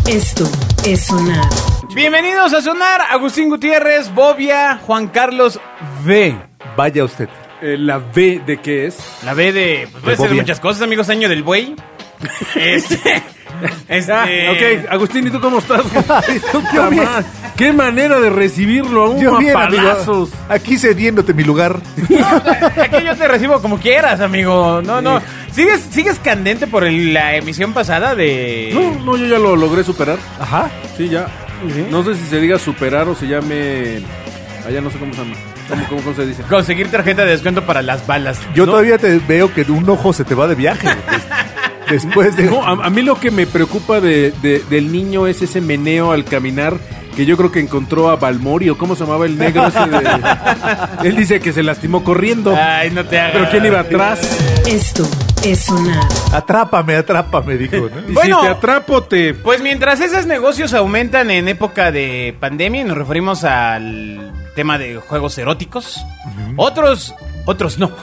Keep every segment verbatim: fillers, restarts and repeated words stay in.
Esto es Sonar. Bienvenidos a Sonar, Agustín Gutiérrez, Bobia, Juan Carlos V. Vaya usted. Eh, ¿La V de qué es? La B de... Pues puede De ser Bobia. muchas cosas, amigos. Año del buey. Este... este... Ah, ok, Agustín, ¿y tú cómo estás? Yo bien. ¡Qué manera de recibirlo! ¡Un Yo bien, amigo. palazos! Aquí cediéndote mi lugar. Aquí yo te recibo como quieras, amigo. No, no. ¿Sigues, sigues candente por el- la emisión pasada de... No, no, yo ya lo logré superar. Ajá. Sí, ya. No sé si se diga superar o se llame... Allá no sé cómo se llama. ¿Cómo, cómo, cómo se dice? Conseguir tarjeta de descuento para las balas. Yo No. todavía te veo que un ojo se te va de viaje. Des- Después de... No, a, a mí lo que me preocupa de, de- del niño es ese meneo al caminar, que yo creo que encontró a Balmori, o cómo se llamaba el negro ese de... Él dice que se lastimó corriendo. Ay, no te hagas. Pero ¿quién iba atrás? Esto es Sonar. Atrápame, atrápame, dijo, ¿no? Y Bueno. si te atrapo, te... Pues mientras esos negocios aumentan en época de pandemia, y nos referimos al tema de juegos eróticos, otros, otros no.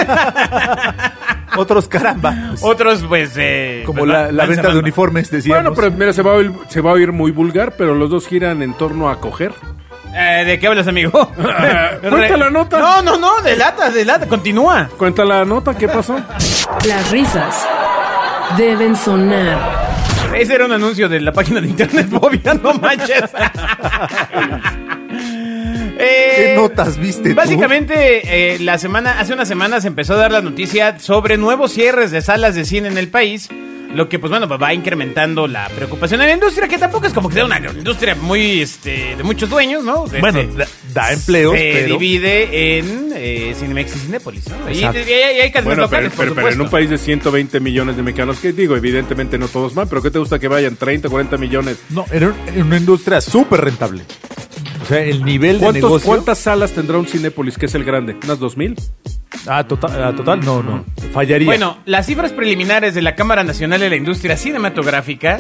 Otros, caramba. Otros, pues... Eh, Como pues, la, van- la van venta de cerrando. uniformes, decíamos. Bueno, pero mira, se va, a oír, se va a oír muy vulgar, pero los dos giran en torno a coger. Eh, ¿De qué hablas, amigo? Cuenta la nota. No, no, no, delata, delata, continúa. Cuenta la nota, ¿qué pasó? Las risas deben sonar. Ese era un anuncio de la página de internet, Bobia, no manches. Eh, ¿Qué notas viste tú? Básicamente, eh, la semana, hace unas semanas empezó a dar la noticia sobre nuevos cierres de salas de cine en el país. Lo que, pues bueno, va incrementando la preocupación en la industria, que tampoco es como que sea una industria muy, este, de muchos dueños, ¿no? De Bueno, este, da, da empleos, se pero... divide en eh, Cinemex y Cinépolis, ¿no? Y, y Exacto. hay, hay cadenas Bueno, pero, locales, por pero, pero en un supuesto. país de ciento veinte millones de mexicanos, que digo, evidentemente no todos van, pero ¿qué te gusta que vayan? treinta, cuarenta millones. No, era un- era una industria súper rentable. O sea, el nivel de ¿Cuántos- negocio... ¿Cuántas salas tendrá un Cinépolis, que es el grande? ¿Unas dos mil? Ah, total, ah, total, no, no. Fallaría. Bueno, las cifras preliminares de la Cámara Nacional de la Industria Cinematográfica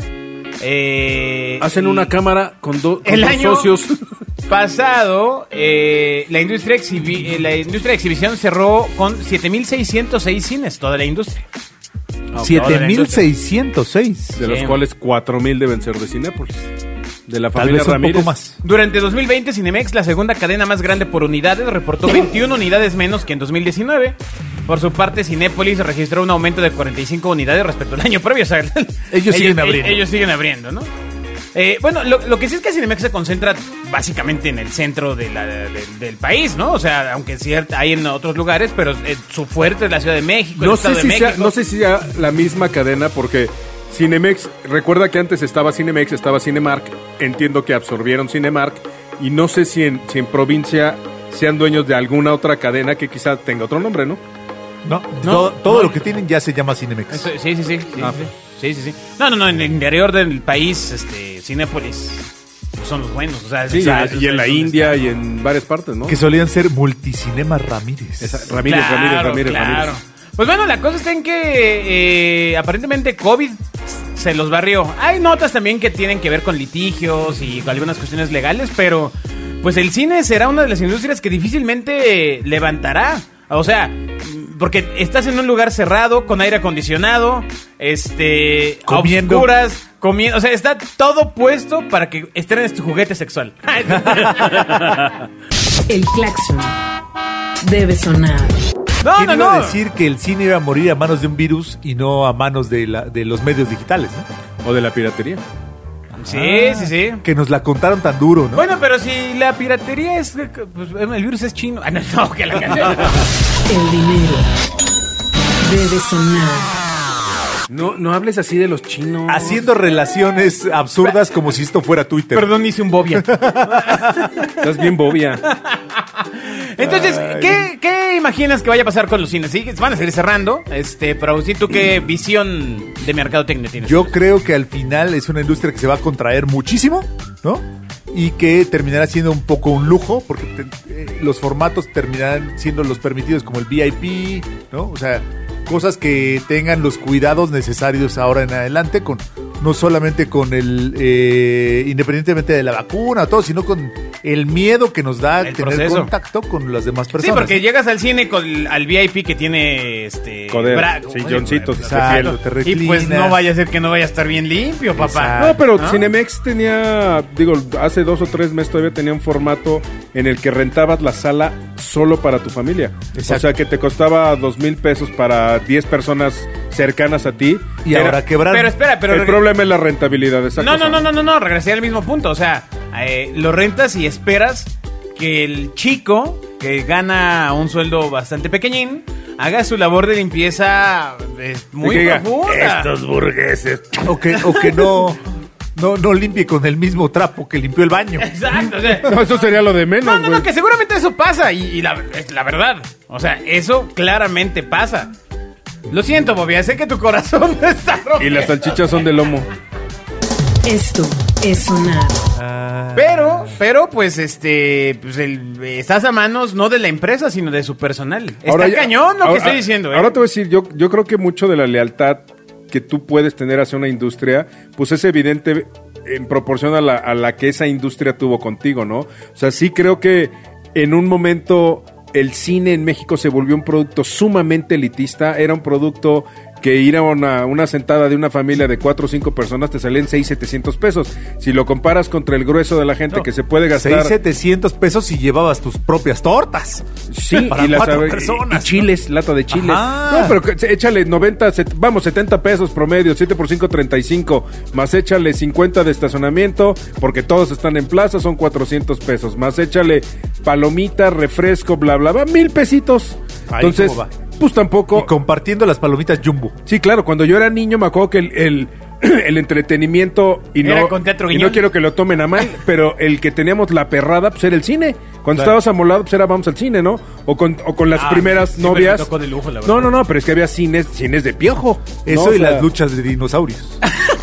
eh, Hacen una cámara con, do- con el dos año socios. pasado, eh, la industria exhibi- eh, la industria de exhibición cerró con siete mil seiscientos seis cines, toda la industria. siete mil seiscientos seis. De los Sí. cuales cuatro mil deben ser de Cinépolis. De la Tal familia vez un Ramírez. poco más. Durante dos mil veinte, Cinemex, la segunda cadena más grande por unidades, reportó veintiuna unidades menos que en dos mil diecinueve. Por su parte, Cinépolis registró un aumento de cuarenta y cinco unidades respecto al año previo. O sea, Ellos siguen abriendo. Ellos siguen abriendo, ¿no? Eh, bueno, lo, lo que sí es que Cinemex se concentra básicamente en el centro de la- de- del país, ¿no? O sea, aunque sí hay en otros lugares, pero eh, su fuerte es la Ciudad de México, el No Estado sé, de si sea, México. no sé si sea la misma cadena, porque Cinemex, recuerda que antes estaba Cinemex, estaba Cinemark, entiendo que absorbieron Cinemark, y no sé si en, si en provincia sean dueños de alguna otra cadena que quizá tenga otro nombre, ¿no? No, No, todo, todo no. lo que tienen ya se llama Cinemex. Eso- sí, sí, sí. Sí, Ah. sí, sí, sí, sí. No, no, no, en el interior del país, este, Cinépolis pues, son los buenos. O sea, Sí, o sea, esos y en la son- India y en varias partes, ¿no? Que solían ser Multicinema Ramírez. Esa- Ramírez, Claro, Ramírez, Ramírez, claro. Ramírez. Pues bueno, la cosa está en que eh, aparentemente COVID se los barrió. Hay notas también que tienen que ver con litigios y con algunas cuestiones legales, pero pues el cine será una de las industrias que difícilmente levantará. O sea, porque estás en un lugar cerrado, con aire acondicionado, este, a Comiendo. oscuras, comiendo, o sea, está todo puesto para que estrenes tu juguete sexual. El claxon debe sonar. No, ¿Quién no, iba no. a decir que el cine iba a morir a manos de un virus y no a manos de, la, de los medios digitales, ¿no? O de la piratería. Sí, sí, sí. Que nos la contaron tan duro, ¿no? Bueno, pero si la piratería es... Pues, el virus es chino. Ah, no, no, que la canción. El dinero debe sonar. No, no hables así de los chinos. Haciendo relaciones absurdas como si esto fuera Twitter. Perdón, hice un bobia. Estás bien bobia. Entonces, ¿qué, ¿qué imaginas que vaya a pasar con los cines? ¿Sí? Van a seguir cerrando, este, pero sí, ¿tú qué visión de mercadotecnia tienes? Yo creo que al final es una industria que se va a contraer muchísimo, ¿no? Y que terminará siendo un poco un lujo, porque te- eh, los formatos terminarán siendo los permitidos como el V I P, ¿no? O sea, cosas que tengan los cuidados necesarios ahora en adelante con no solamente con el, eh, independientemente de la vacuna, todo, sino con el miedo que nos da El tener proceso. contacto con las demás personas. Sí, porque llegas al cine con el- al V I P que tiene este Coder, bra- silloncitos, Oye, exacto, te y pues reclinas. no vaya a ser que no vaya a estar bien limpio, papá. Exacto. No, pero ¿No? Cinemex tenía, digo, hace dos o tres meses todavía tenía un formato en el que rentabas la sala solo para tu familia. Exacto. O sea, que te costaba dos mil pesos para diez personas cercanas a ti. Y Era- ahora quebrar. Pero espera, pero el problema es la rentabilidad de esa No, cosa. no, no, no, no, no, regresé al mismo punto. O sea, eh, lo rentas y esperas que el chico, que gana un sueldo bastante pequeñín, haga su labor de limpieza eh, muy Y que diga, profunda. estos burgueses. O que, o que no, no, no limpie con el mismo trapo que limpió el baño. Exacto, o sea, No, eso sería lo de menos, no, no, güey. no, que seguramente eso pasa y, y la, es la verdad. O sea, eso claramente pasa. Lo siento, Bobia, sé que tu corazón está roto. Y las salchichas son de lomo. Esto es sonar. Ah, Pero, pero, pues, este, pues, el, estás a manos no de la empresa, sino de su personal. Está ya- cañón lo ahora- que estoy diciendo, ¿eh? Ahora te voy a decir, yo, yo creo que mucho de la lealtad que tú puedes tener hacia una industria, pues es evidente en proporción a la, a la que esa industria tuvo contigo, ¿no? O sea, sí creo que en un momento el cine en México se volvió un producto sumamente elitista, era un producto que ir a una, una sentada de una familia de cuatro o cinco personas te salían seis, setecientos pesos. Si lo comparas contra el grueso de la gente no, que se puede gastar... seis, setecientos pesos si llevabas tus propias tortas. Sí, Para y, las cuatro y- personas, y chiles, lata de chiles. Ajá. No, pero que- échale noventa, set- vamos, setenta pesos promedio, siete por cinco, treinta y cinco, más échale cincuenta de estacionamiento, porque todos están en plaza, son cuatrocientos pesos, más échale palomita, refresco, bla, bla, bla, mil pesitos. Ahí Entonces, cómo va. pues tampoco... Y compartiendo las palomitas Jumbo. Sí, claro, cuando yo era niño me acuerdo que el, el, el entretenimiento, y no, Era con Teatro y Guiñol. no quiero que lo tomen a mal, pero el que teníamos la perrada, pues era el cine. Cuando Claro. estabas amolado, pues era vamos al cine, ¿no? O con, o con las Ah, primeras sí me novias. tocó de lujo, la verdad. No, no, no, pero es que había cines, cines de piojo. ¿no? Eso O y sea, las luchas de dinosaurios.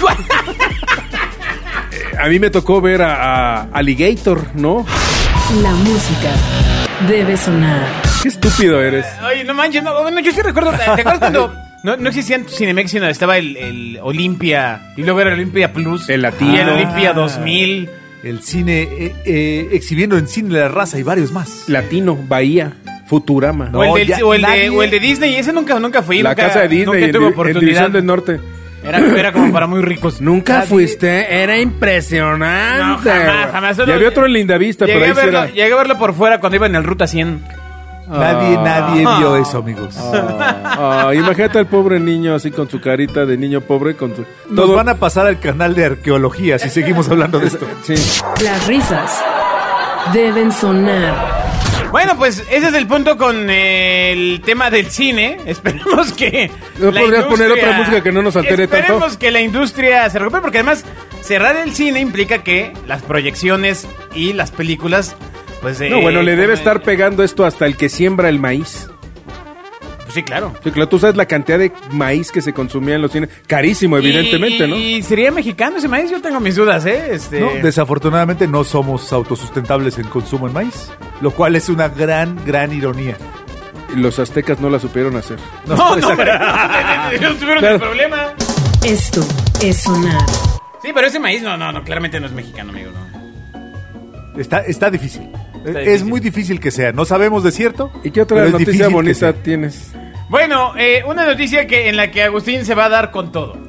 A mí me tocó ver a, a Alligator, ¿no? La música debe sonar. Qué estúpido eres. Oye, no manches, no, bueno, yo sí recuerdo, ¿te acuerdas cuando no, no existía Cinemex, sino estaba el, el Olimpia, y luego era el Olimpia Plus, El Latino. y el Olimpia Ah. dos mil? El cine, eh, eh, exhibiendo en Cine La Raza y varios más. Latino, Bahía, Futurama. No, o, el del- ya o el de, nadie- o el de Disney, ese nunca, nunca fui. La nunca, casa de Disney nunca en, tuve di- en oportunidad. División del Norte. Era, era como para muy ricos. Nunca Nadie- fuiste, era impresionante. No, jamás, jamás. Y había otro en Lindavista, Llegué, pero a ahí sí verlo, era... llegué a verlo por fuera cuando iba en el Ruta cien. Nadie, Ah. nadie vio eso, amigos. Ah, ah, imagínate al pobre niño así con su carita de niño pobre con su... Nos van a pasar al canal de arqueología si seguimos hablando de esto. Sí. Las risas deben sonar. Bueno, pues ese es el punto con eh, el tema del cine. Esperemos que. ¿No la podrías poner industria- otra música que no nos altere tanto? Esperemos que la industria se recupere, porque además cerrar el cine implica que las proyecciones y las películas. Pues, eh, No, bueno, le debe como- estar pegando esto hasta el que siembra el maíz. Pues sí, claro. Sí, claro, tú sabes la cantidad de maíz que se consumía en los cines. Carísimo, evidentemente, y, ¿no? Y sería mexicano ese maíz, yo tengo mis dudas, ¿eh? Este... No, desafortunadamente no somos autosustentables en consumo en maíz, lo cual es una gran, gran ironía. Los aztecas no la supieron hacer. No, pues, no, hombre. Ellos tuvieron Claro. el problema. Esto es sonar. Sí, pero ese maíz no, no, no, claramente no es mexicano, amigo, no. Está, está difícil. Está es difícil. muy difícil que sea. No sabemos de cierto. ¿Y qué otra pero es noticia difícil que bonita sea. tienes? Bueno, eh, una noticia que en la que Agustín se va a dar con todo.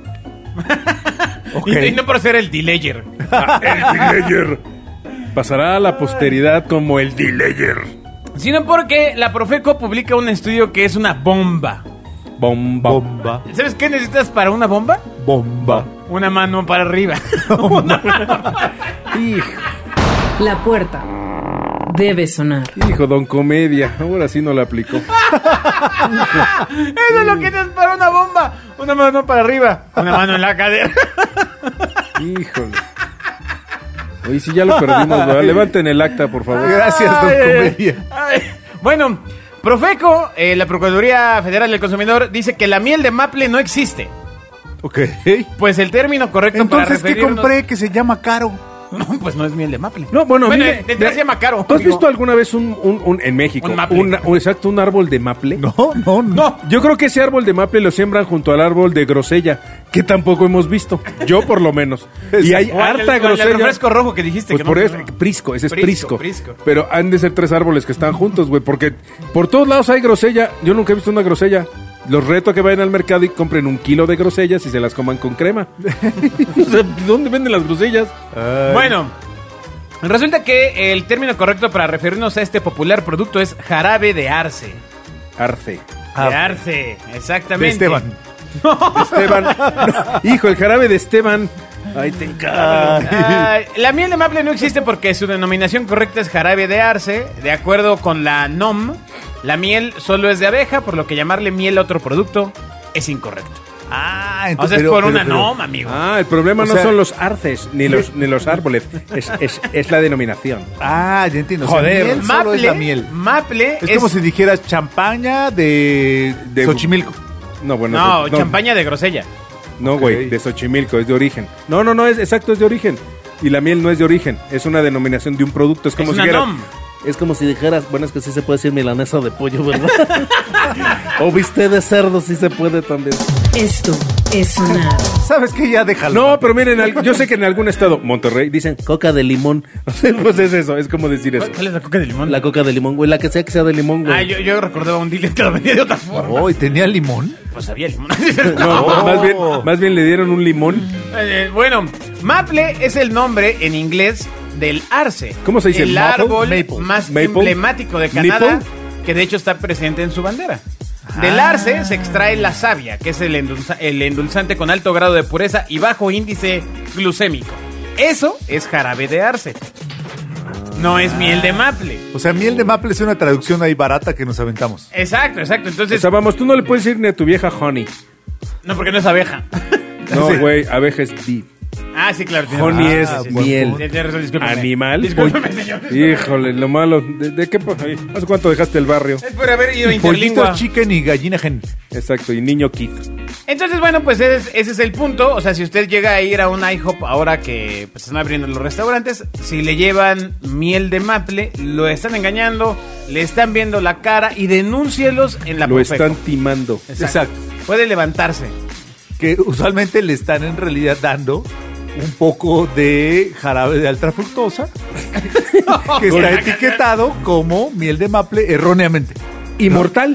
Ok. Y, y no por ser el delayer. El Delayer. Pasará a la posteridad como el Delayer. Sino porque la Profeco publica un estudio que es una bomba. Bomba. Bomba, ¿Sabes qué necesitas para una bomba? bomba. Una mano para arriba. Hijo, La puerta debe sonar. hijo, don Comedia. Ahora sí no la aplicó. Eso es lo que necesitas para una bomba. Una mano para arriba. Una mano en la cadera. Híjole. Oye, si ya lo perdimos, ¿verdad? Levanten el acta, por favor. Gracias, don Ay, Comedia. ay. Bueno, Profeco, eh, la Procuraduría Federal del Consumidor, dice que la miel de maple no existe. Ok. Pues el término correcto para Entonces, ¿qué referirnos... compré que se llama caro? No, pues no es miel de maple. No, bueno, bueno mire, de entrada se llama caro. ¿Tú has digo. visto alguna vez un, un, un en México, Un maple. una- un- exacto, un árbol de maple? No, no, no. No. Yo creo que ese árbol de maple lo siembran junto al árbol de grosella, que tampoco hemos visto. Yo por lo menos. Y hay O al- harta o al grosella. refresco rojo que dijiste Pues que por no. eso, no. prisco, ese es Prisco, prisco, prisco. Pero han de ser tres árboles que están juntos, güey, porque por todos lados hay grosella. Yo nunca he visto una grosella. Los reto a que vayan al mercado y compren un kilo de grosellas y se las coman con crema. O sea, ¿dónde venden las grosellas? Ay. Bueno, resulta que el término correcto para referirnos a este popular producto es jarabe de arce. Arce. De Ah, arce, exactamente. de Esteban. Esteban. No, hijo, el jarabe de Esteban. Ay, te encargo. Ay, la miel de maple no existe porque su denominación correcta es jarabe de arce. De acuerdo con la N O M, la miel solo es de abeja, por lo que llamarle miel a otro producto es incorrecto. Ah, O entonces. sea, es pero- por pero- una pero- N O M, amigo. Ah, el problema O no sea- son los arces ni los, ni los árboles. Es, es, es la denominación. Ah, ya entiendo. O sea, Joder. miel solo es la miel. Maple Es, como si dijeras champaña de, De- Xochimilco. No, bueno. No, no, champaña de grosella. No, güey, Ok. de Xochimilco, es de origen. No, no, no, es exacto, es de origen. Y la miel no es de origen, es una denominación de un producto. Es como Es si una dijeras, N O M. Es como si dijeras, bueno, es que sí se puede decir milanesa de pollo, ¿verdad? O bistec de cerdo, sí se puede también. Esto es sonar. ¿Sabes qué? Ya déjalo. No, pero miren, al- yo sé que en algún estado, Monterrey, dicen, Coca de limón. o sea, pues es eso, es como decir eso. ¿Cuál es la coca de limón? La coca de limón, güey. La que sea que sea de limón, güey. Ah, yo, yo recordaba un dealer que lo vendía de otra forma. Oh, ¿y tenía limón? Pues había limón. No, Oh. más bien, más bien le dieron un limón. Eh, bueno, maple es el nombre en inglés del arce. ¿Cómo se dice? El Maple? árbol Maple. más Maple. emblemático de Canadá, Nipple. que de hecho está presente en su bandera. Del Ah. arce se extrae la savia, que es el, endulza- el endulzante con alto grado de pureza y bajo índice glucémico. Eso es jarabe de arce. No es miel de maple. O sea, miel de maple es una traducción ahí barata que nos aventamos. Exacto, exacto. O Entonces, sea, vamos, tú no le puedes decir ni a tu vieja honey. no, porque no es abeja. No, Sí. güey, abeja es bee. Ah, sí, claro. tiene Honey razón. es Ah, sí, sí, miel. sí. Tiene razón, discúlpeme. Animal. Discúlpeme, señor. Híjole, lo malo. ¿De, de qué? po- ay, ¿Hace cuánto dejaste el barrio? Es por haber ido Y interlingua. pollitos chicken y gallina gen. Exacto, y niño kid. Entonces, bueno, pues ese es, ese es el punto. O sea, si usted llega a ir a un IHOP ahora que pues, están abriendo los restaurantes, si le llevan miel de maple, lo están engañando, le están viendo la cara y denúncielos en la Lo Profeco. están timando. Exacto. Puede levantarse. Que usualmente le están en realidad dando un poco de jarabe de alta fructosa que está etiquetado como miel de maple erróneamente. ¿Inmortal?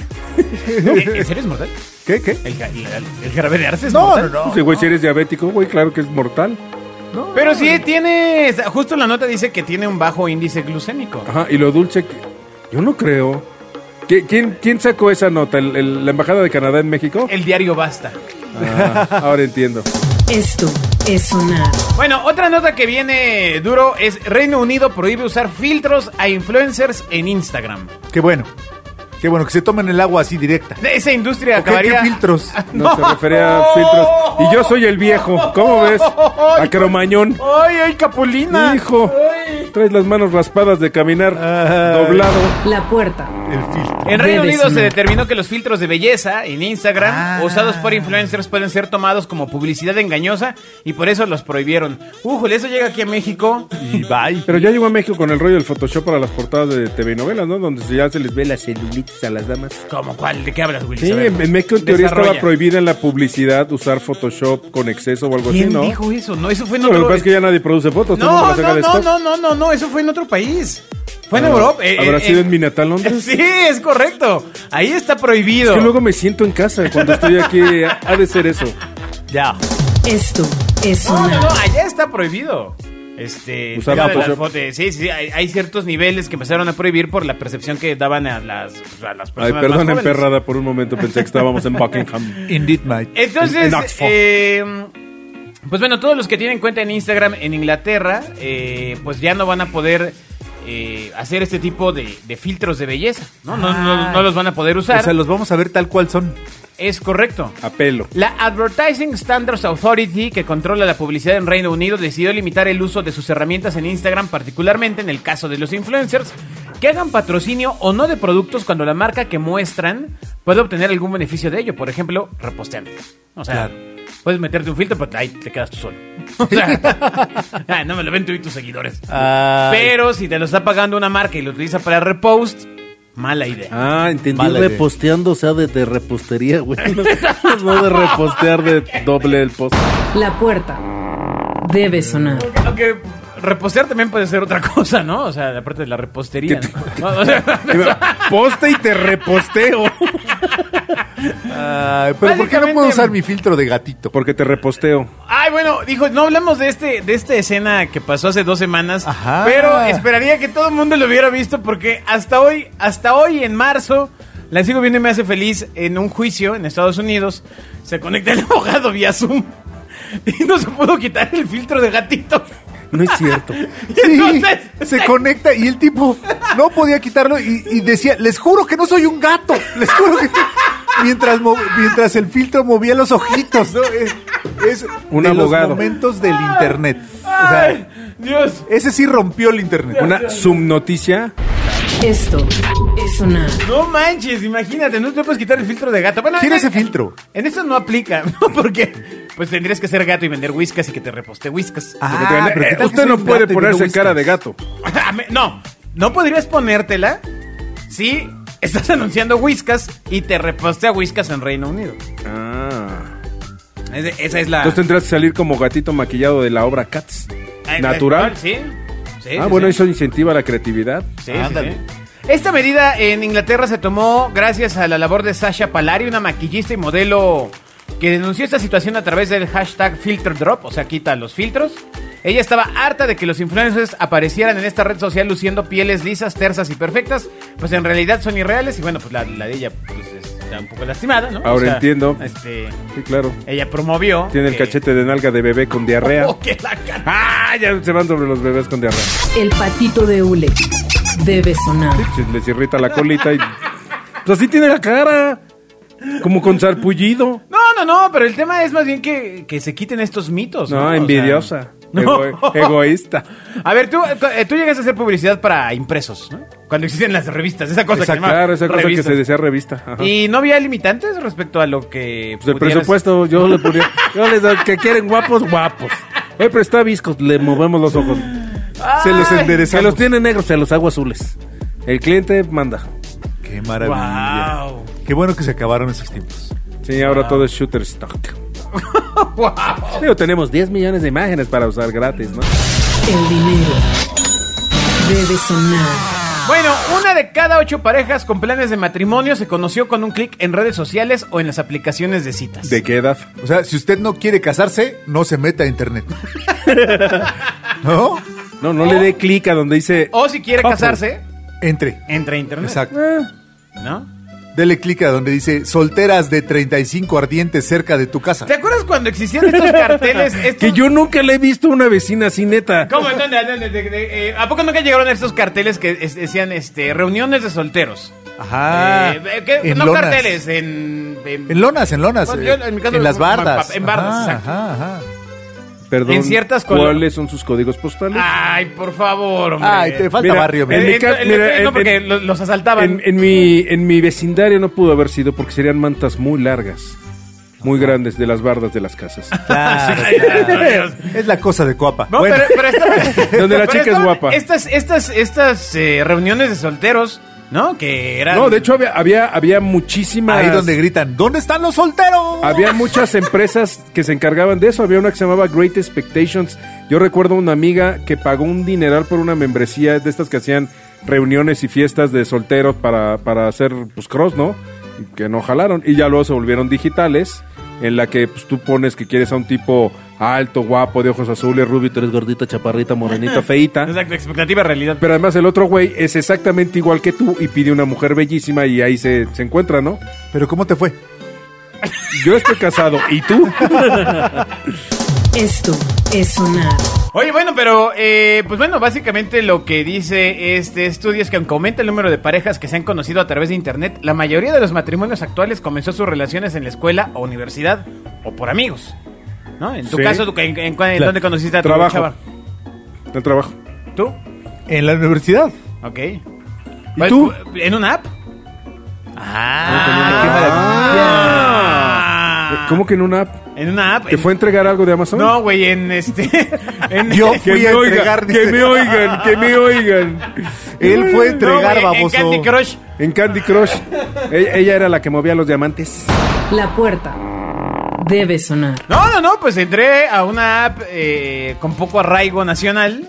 ¿En serio es mortal? ¿Qué? ¿Qué? ¿El, ja- el- el jarabe de arce es No, mortal? no, no. Sí, güey, si eres diabético, güey, claro que es mortal. no. Pero sí tiene, justo la nota dice que tiene un bajo índice glucémico. Ajá, y lo dulce que... Yo no creo. ¿Qui- ¿Quién, quién sacó esa nota? ¿El- el- ¿La Embajada de Canadá en México? El diario Basta. Ah, ahora entiendo. Esto es sonar. Bueno, otra nota que viene duro es Reino Unido prohíbe usar filtros a influencers en Instagram. Qué bueno. Qué bueno que se tomen el agua así directa. De esa industria ¿O qué- acabaría... qué filtros? No, se refería a filtros. Y yo soy el viejo, ¿cómo ves? A Cromañón. ¡Ay, ay, Capulina! Hijo, Ay. traes las manos raspadas de caminar Ay. doblado. La puerta El filtro. En Reino Debe Unido se sonar. determinó que los filtros de belleza en Instagram Ah. usados por influencers pueden ser tomados como publicidad engañosa y por eso los prohibieron. Újole, eso llega aquí a México. Y bye. Pero ya llegó a México con el rollo del Photoshop para las portadas de T V y novelas, ¿no? Donde ya se les ve las celulitis a las damas. ¿Cómo cuál? ¿De qué hablas, Willy? Sí, A ver, en, en México en teoría desarrolla. estaba prohibida en la publicidad usar Photoshop con exceso o algo así, ¿Quién ¿no? dijo eso? No, eso fue en No, lo que otro... pasa es que ya nadie produce fotos, todo el mundo No, las saca no, de no, stock. no, no, no, no, eso fue en otro país. Fue en Ah, Europa. eh, ¿Habrá eh, sido eh, en mi natal Londres? Sí, es correcto. Ahí está prohibido. Es que luego me siento en casa cuando estoy aquí. Ha de ser eso. Ya. Esto es No, no, sonar. no, allá está prohibido. Este, Usar tema de las Photoshop. fotos. Sí, sí, hay, hay ciertos niveles que empezaron a prohibir por la percepción que daban a las, a las Ay, personas perdón, más jóvenes. emperrada, por un momento pensé que estábamos en Buckingham. Indeed, mate. Entonces, En Oxford. eh, pues bueno, todos los que tienen cuenta en Instagram en Inglaterra, eh, pues ya no van a poder eh, hacer este tipo de, de filtros de belleza, ¿no? No, no, no los van a poder usar. O sea, los vamos a ver tal cual son. Es correcto. A pelo. La Advertising Standards Authority, que controla la publicidad en Reino Unido, decidió limitar el uso de sus herramientas en Instagram, particularmente en el caso de los influencers, que hagan patrocinio o no de productos cuando la marca que muestran puede obtener algún beneficio de ello, por ejemplo, reposteando. O sea, Claro. Puedes meterte un filtro, pero ahí te quedas tú solo. O sea, ah, no me lo ven tú y tus seguidores. Ay. Pero si te lo está pagando una marca y lo utiliza para repost, mala idea. Ah, entendí Mala idea. reposteando, o sea, de, de repostería, güey. No, no de repostear de doble el post. La puerta debe sonar. Aunque repostear también puede ser otra cosa, ¿no? O sea, aparte de la repostería. ¿no? O sea, Poste y te reposteo. Ay, pero ¿por qué no Básicamente- puedo usar mi filtro de gatito? Porque te reposteo. ay, bueno, dijo, no hablamos de este de esta escena que pasó hace dos semanas, Ajá. pero esperaría que todo el mundo lo hubiera visto porque hasta hoy, hasta hoy en marzo, la sigo viendo y me hace feliz en un juicio en Estados Unidos. Se conecta el abogado vía Zoom y no se pudo quitar el filtro de gatito. No es cierto. Y Sí, entonces, se conecta y el tipo no podía quitarlo y, y decía, les juro que no soy un gato, les juro que... Mientras, mo- mientras el filtro movía los ojitos, ¿no? Es, es Un de abogado. los momentos del internet. O sea, ay, Dios. ese sí rompió el internet. Una subnoticia. Esto es sonar. No manches, imagínate, no te puedes quitar el filtro de gato. Bueno, ¿Quiere en- ese filtro? En esto no aplica, ¿no? Porque pues tendrías que ser gato y vender whiskas y que te reposte whiskas. Ah, pero ¿qué Eh, tal que usted soy no un puede gato y ponerse vendo cara whiskas? de gato. No, no podrías ponértela si estás anunciando whiskas y te repostea whiskas en Reino Unido. Ah. Ese- Esa es la... Entonces tendrás que salir como gatito maquillado de la obra Cats. Eh, Natural. eh, Sí. Sí, Ah, sí, bueno, sí. eso incentiva la creatividad. Sí, sí, Ándale. sí. Esta medida en Inglaterra se tomó gracias a la labor de Sasha Palari, una maquillista y modelo que denunció esta situación a través del hashtag FilterDrop, o sea, quita los filtros. Ella estaba harta de que los influencers aparecieran en esta red social luciendo pieles lisas, tersas y perfectas, pues en realidad son irreales y bueno, pues la, la de ella pues está un poco lastimada, ¿no? Ahora entiendo. Este, Sí, claro. ella promovió... Tiene el que- cachete de nalga de bebé con diarrea. Oh, que la cara. Ah, ya se van sobre los bebés con diarrea. El patito de hule debe sonar. Se les irrita la colita y... Pues así tiene la cara. Como con sarpullido. No, no, no, pero el tema es más bien que, que se quiten estos mitos. No, No, O sea, envidiosa. no. Ego- egoísta. A ver, tú, eh, tú llegas a hacer publicidad para impresos, ¿no? Cuando existen las revistas, esa cosa Esa, que se llama claro, esa cosa revistas. que se decía revista. Ajá. Y no había limitantes respecto a lo que... Pues el pudieras- presupuesto, yo le ponía. Yo les doy que quieren guapos, guapos. Oye, pero está visco, le movemos los ojos. Se los Ay, Se enderezamos. los tiene negros, se los hago azules. El cliente manda. Qué maravilla. Wow. Qué bueno que se acabaron esos tiempos. Sí, ahora todo es shooter stock. Wow. Digo, tenemos diez millones de imágenes para usar gratis, ¿no? El dinero debe sonar. Bueno, una de cada ocho parejas con planes de matrimonio se conoció con un clic en redes sociales o en las aplicaciones de citas. ¿De qué edad? O sea, si usted no quiere casarse, no se meta a internet. ¿No? No, no le dé clic a donde dice... O si quiere Couple. casarse, Entre. entra a internet. Exacto. ¿No? Dele clic a donde dice solteras de treinta y cinco ardientes cerca de tu casa. ¿Te acuerdas cuando existían estos carteles? Estos... Que yo nunca le he visto a una vecina así, neta. ¿Cómo? ¿En dónde? ¿Dónde? De- de- eh, ¿A poco nunca llegaron estos carteles que es- decían este reuniones de solteros? Ajá. Eh, ¿qué? En No lonas. carteles, en... en- En lonas, en lonas. Bueno, eh, yo, en mi caso, en las como en bardas. pap- en bardas, Ajá, exacto. ajá, ajá. Perdón, en ciertas colo- ¿cuáles son sus códigos postales? Ay, por favor, hombre. Ay, te falta Mira, barrio, En, mira. en mi en- ca- en- mira, no, en- porque en- los, los asaltaban. En, en mi, en mi vecindario no pudo haber sido porque serían mantas muy largas, muy grandes de las bardas de las casas. Claro, Ay, claro. Dios. Es la cosa de Coapa. No, Bueno, pero, pero esta- Donde la pero chica es estaban guapa. Estas, estas, estas eh, reuniones de solteros, ¿no? Que eran... No, de hecho había, había, había muchísimas... ahí donde gritan, ¿dónde están los solteros? Había muchas empresas que se encargaban de eso. Había una que se llamaba Great Expectations. Yo recuerdo una amiga que pagó un dineral por una membresía de estas que hacían reuniones y fiestas de solteros para, para hacer pues cross, ¿no? Y que no jalaron. Y ya luego se volvieron digitales, en la que pues, tú pones que quieres a un tipo alto, guapo, de ojos azules, rubio, Tú eres gordita, chaparrita, morenita, feita. Exacto, expectativa realidad. pero además el otro güey es exactamente igual que tú y pide una mujer bellísima y ahí se, se encuentra, ¿no? Pero ¿cómo te fue? Yo estoy casado, ¿y tú? Esto es sonar. Oye, bueno, pero, eh, pues bueno, básicamente lo que dice este estudio es que aunque aumenta el número de parejas que se han conocido a través de internet, la mayoría de los matrimonios actuales comenzó sus relaciones en la escuela o universidad o por amigos, ¿no? En tu Sí. caso, ¿tú, en, en- en Claro. dónde conociste a tu Trabajo. chava? El trabajo. ¿Tú? En la universidad. Ok. ¿Y Pues, ¿En una app? Ah, qué maravilla. ¿Cómo que en una app? En una app. ¿Te en- fue a entregar algo de Amazon? No, güey, en este... en- Yo Que fui me, a oigan, entregar, que dice. me oigan, que me oigan. Él fue a No, entregar, güey, en baboso. Candy Crush. En Candy Crush. Ella, ella era la que movía los diamantes. La puerta debe sonar. No, no, no, pues entré a una app eh, con poco arraigo nacional.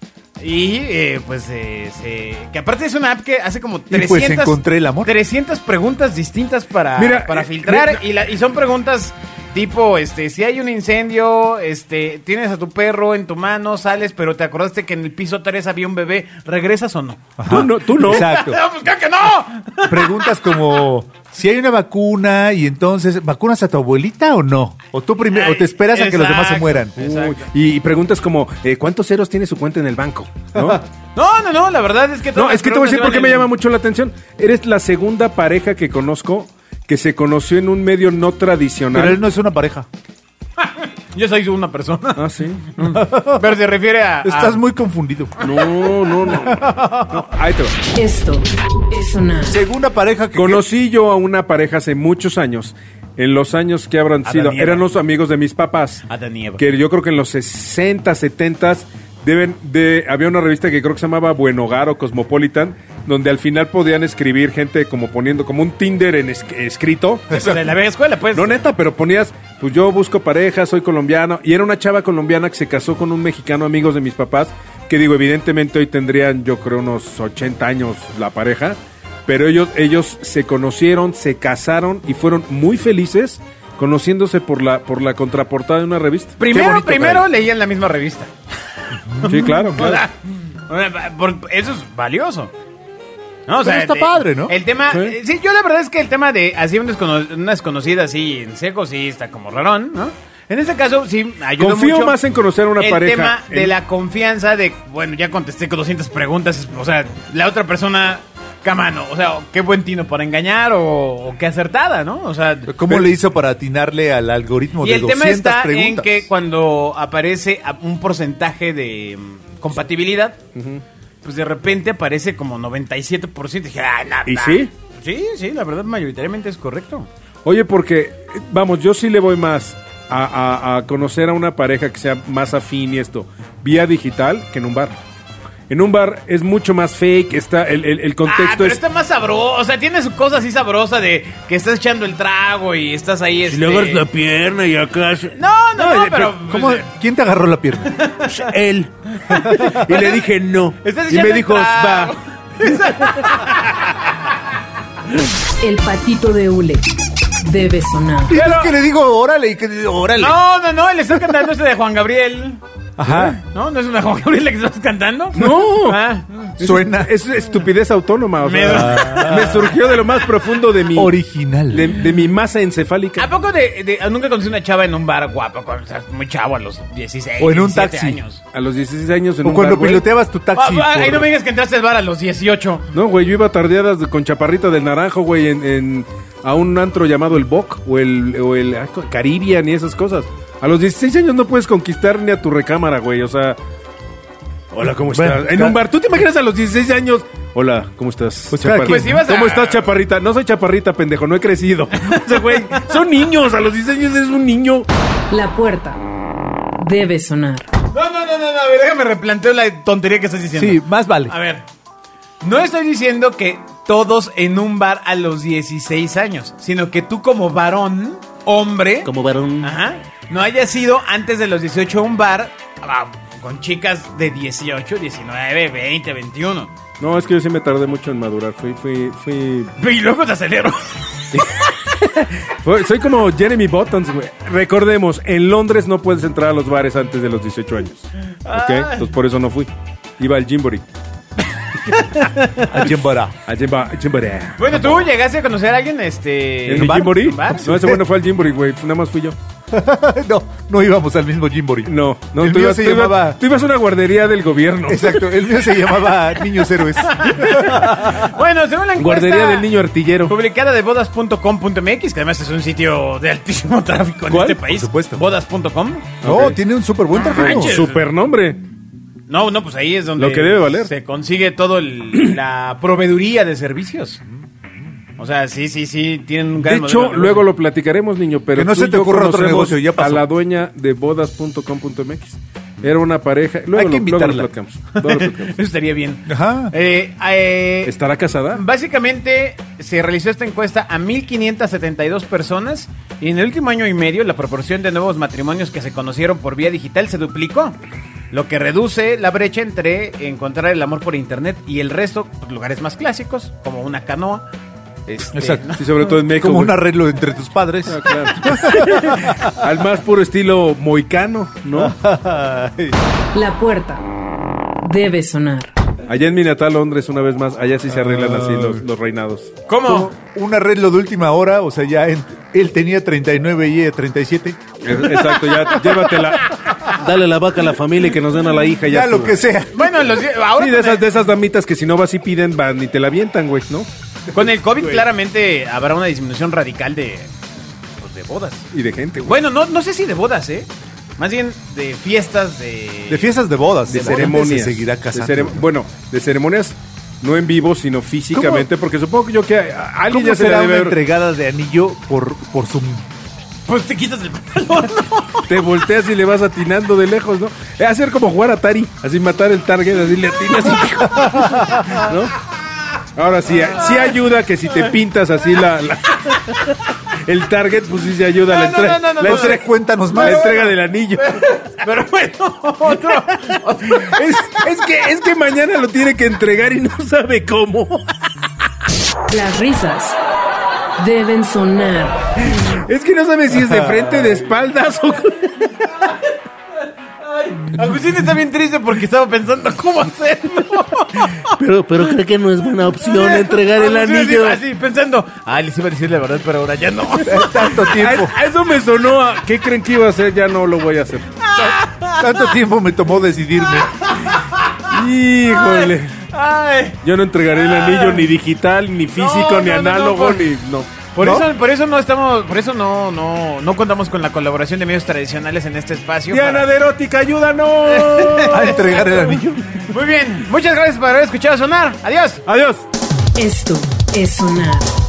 Y eh, pues eh, se- que aparte es una app que hace como pues, trescientas, encontré el amor. trescientas preguntas distintas para, Mira, para eh, filtrar mira. y, la- y son preguntas tipo, este, si hay un incendio, este, tienes a tu perro en tu mano, sales, pero te acordaste que en el piso tres había un bebé, ¿regresas o no? Tú no, tú no. Exacto. No, pues claro que no. Preguntas como si hay una vacuna y entonces, ¿vacunas a tu abuelita o no? O tú primero, o te esperas a que los demás se Exacto, mueran. exacto. Uy, y, y preguntas como, eh, ¿cuántos ceros tiene su cuenta en el banco? ¿No? No, no, no, la verdad es que No, todas es que las te voy a decir por preguntas qué me iban llama en- mucho la atención. Eres la segunda pareja que conozco que se conoció en un medio no tradicional. Pero él no es una pareja. Yo soy una persona. Ah, sí. Pero se refiere a... a- Estás muy confundido. No, no, no. No, ahí te va. Esto es sonar. Segunda pareja que... Conocí yo a una pareja hace muchos años. En los años que habrán Adán sido, y Eva. eran los amigos de mis papás. Adán y Eva. Que yo creo que en los sesenta, setenta deben de había una revista que creo que se llamaba Buen Hogar o Cosmopolitan, donde al final podían escribir gente como poniendo como un Tinder en es- escrito. Eso de la vieja escuela, pues. No, neta, pero ponías, pues yo busco pareja, soy colombiano. Y era una chava colombiana que se casó con un mexicano, amigos de mis papás, que digo, evidentemente hoy tendrían, yo creo, unos ochenta años la pareja. Pero ellos, ellos se conocieron, se casaron y fueron muy felices conociéndose por la, por la contraportada de una revista. Qué Primero, bonito, primero caray. leían la misma revista. Sí, claro, O claro. sea, o sea, por- eso es valioso. No, o Pero está de- padre, ¿no? El tema, Sí. eh, sí, yo la verdad es que el tema de así un descono- una desconocida así en seco sí está como rarón, ¿no? En este caso sí ayuda Confío mucho más en conocer a una el pareja. tema de en- la confianza de, bueno, ya contesté con doscientas preguntas, o sea, la otra persona, camano, o sea, qué buen tino para engañar o, o qué acertada, ¿no? O sea, ¿Cómo pero- le hizo para atinarle al algoritmo y de el tema doscientas está preguntas? en que cuando aparece a- un porcentaje de mm, compatibilidad, pues de repente aparece como noventa y siete por ciento. Dije, ah, nada. ¿Y sí? Sí, sí, la verdad mayoritariamente es correcto. Oye, porque, vamos, yo sí le voy más a, a- a conocer a una pareja que sea más afín y esto, vía digital que en un bar. En un bar es mucho más fake, está el, el, el Ah, contexto pero es... está más sabroso, o sea, tiene su cosa así sabrosa de que estás echando el trago y estás ahí, este... pierna y acá... No, no, no, eh, pero... ¿cómo- pues, ¿Quién te agarró la pierna? Él. Y le dije no. estás Y echando me el dijo, trago. va. El patito de hule debe sonar. Y es que le digo, órale, y que digo, órale. No, no, no, le estás cantando este de Juan Gabriel. Ajá. ¿No? ¿No es una Juan Gabriel la que estás cantando? No. Ah. Suena Es estupidez autónoma. O Me- sea, me surgió de lo más profundo de mi... original. De, de mi masa encefálica. ¿A poco de, de- nunca conocí una chava en un bar guapo, cuando estás muy chavo a los dieciséis, O en un diecisiete taxi. años? A los dieciséis años en O un cuando bar, güey. piloteabas tu taxi. Ah, ah, ahí por- no me digas que entraste al bar a los dieciocho. No, güey, yo iba tardeadas de- con Chaparrita del Naranjo, güey, en, en- a un antro llamado el Boc o el, o el ay, Caribbean y esas cosas. A los dieciséis años no puedes conquistar ni a tu recámara, güey, o sea... Hola, ¿cómo Bueno, estás? En ca- un bar, ¿tú te imaginas a los dieciséis años? Hola, ¿cómo estás? Pues cada Chaparrita? quien. Pues ibas a- ¿Cómo estás, Chaparrita? No soy Chaparrita, pendejo, no he crecido. O sea, güey, son niños, a los dieciséis años es un niño. La puerta debe sonar. No, no, no, no, no, a ver, déjame replanteo la tontería que estás diciendo. Sí, más vale. A ver, no estoy diciendo que todos en un bar a los dieciséis años, sino que tú como varón, hombre, Como varón. ajá, no hayas ido antes de los dieciocho a un bar ah, con chicas de dieciocho, diecinueve, veinte, veintiuno. No, es que yo sí me tardé mucho en madurar. Fui, fui, fui... Y luego te acelero. fue- soy como Jeremy Buttons, güey. Recordemos, en Londres no puedes entrar a los bares antes de los dieciocho años. ¿Ok? Entonces por eso no fui. Iba al Gymboree. A quién vará. Al Gymba- Gymboree. Bueno, tú llegaste a conocer a alguien, este... ¿En mi bar? Gymboree? ¿En bar? No, ese bueno fue al Gymboree, güey. Nada más fui yo. no, no íbamos al mismo Gymboree. No, no, El tú mío ibas, se tú ibas- llamaba- tú ibas a una guardería del gobierno. Exacto, el mío se llamaba Niños Héroes. Bueno, según la encuesta... Guardería del niño artillero. Publicada de bodas punto com punto m x, que además es un sitio de altísimo tráfico en ¿Cuál? este país. Por supuesto. bodas punto com. No, Ok. tiene un súper buen tráfico. manches. Super nombre. No, no, pues ahí es donde Lo que debe valer. se consigue todo el- la proveeduría de servicios. O sea, sí, sí, sí, tienen un gran De modelo hecho, de negocio. luego lo platicaremos, niño, pero Que no tú se y te yo ocurra otro conocemos negocio, ya pasó. a la dueña de bodas punto com punto m x. Era una pareja. Luego, Hay lo, que luego lo invitarla. platicamos. Luego lo platicamos. Eso estaría bien. Ajá. Eh, eh, ¿Estará casada? Básicamente se realizó esta encuesta a mil quinientas setenta y dos personas y en el último año y medio la proporción de nuevos matrimonios que se conocieron por vía digital se duplicó, lo que reduce la brecha entre encontrar el amor por internet y el resto, pues, lugares más clásicos, como una canoa. Este, Exacto. Sí, sobre todo en México. Como güey. un arreglo entre tus padres. Ah, claro. Al más puro estilo moicano, ¿no? La puerta debe sonar. Allá en mi natal Londres, una vez más, allá sí se arreglan así los, los reinados. ¿Cómo? Como un arreglo de última hora, o sea, ya en- él tenía treinta y nueve y ella treinta y siete. Exacto, ya llévatela. Dale la vaca a la familia y que nos den a la hija. y Ya, Ya lo estuvo. que sea. Bueno, los, ahora Sí, de con, esas, el, de esas damitas que si no vas y piden, van y te la avientan, güey, ¿no? con el COVID claramente habrá una disminución radical de, pues, de bodas. Y de gente, güey. Bueno, no, no sé si de bodas, ¿eh? Más bien de fiestas, de... De fiestas de bodas. De La gente ceremonias. Se seguirá De casando. cerem- bueno, de ceremonias no en vivo, sino físicamente, porque supongo que yo que a, a alguien ¿Cómo ya se le será debe una haber- entregada de anillo por, por Zoom? Pues te quitas el pantalón, ¿no? te volteas y le vas atinando de lejos, ¿no? Es hacer como jugar Atari, así matar el target, así le atinas, y- ¿no? Ahora sí, sí ayuda que si te pintas así la, la- el target, pues sí se ayuda No, la no, entrega. no, no, no, la no, entre- no, cuéntanos la más. entrega del anillo. Pero bueno, otro... otro- Es, es que es que mañana lo tiene que entregar y no sabe cómo. Las risas deben sonar. Es que no sabe si es de frente, de espaldas o... Agustín está bien triste porque estaba pensando cómo hacerlo. Pero, pero cree que no es buena opción entregar el Agustín anillo. Así, así, pensando, ah, les iba a decir la verdad, pero ahora ya no. Tanto tiempo. A, a eso me sonó a... ¿Qué creen que iba a hacer? Ya no lo voy a hacer. Tanto tiempo me tomó decidirme. Híjole. Ay. Yo no entregaré el anillo ni digital, ni físico, No, ni no, no, no, análogo, por- ni... No. Por ¿No? eso, por eso no estamos, por eso no, no, no contamos con la colaboración de medios tradicionales en este espacio. Diana para- de Erótica, ayúdanos. A entregar el anillo. Muy bien, muchas gracias por haber escuchado sonar. Adiós. Adiós. Esto es sonar.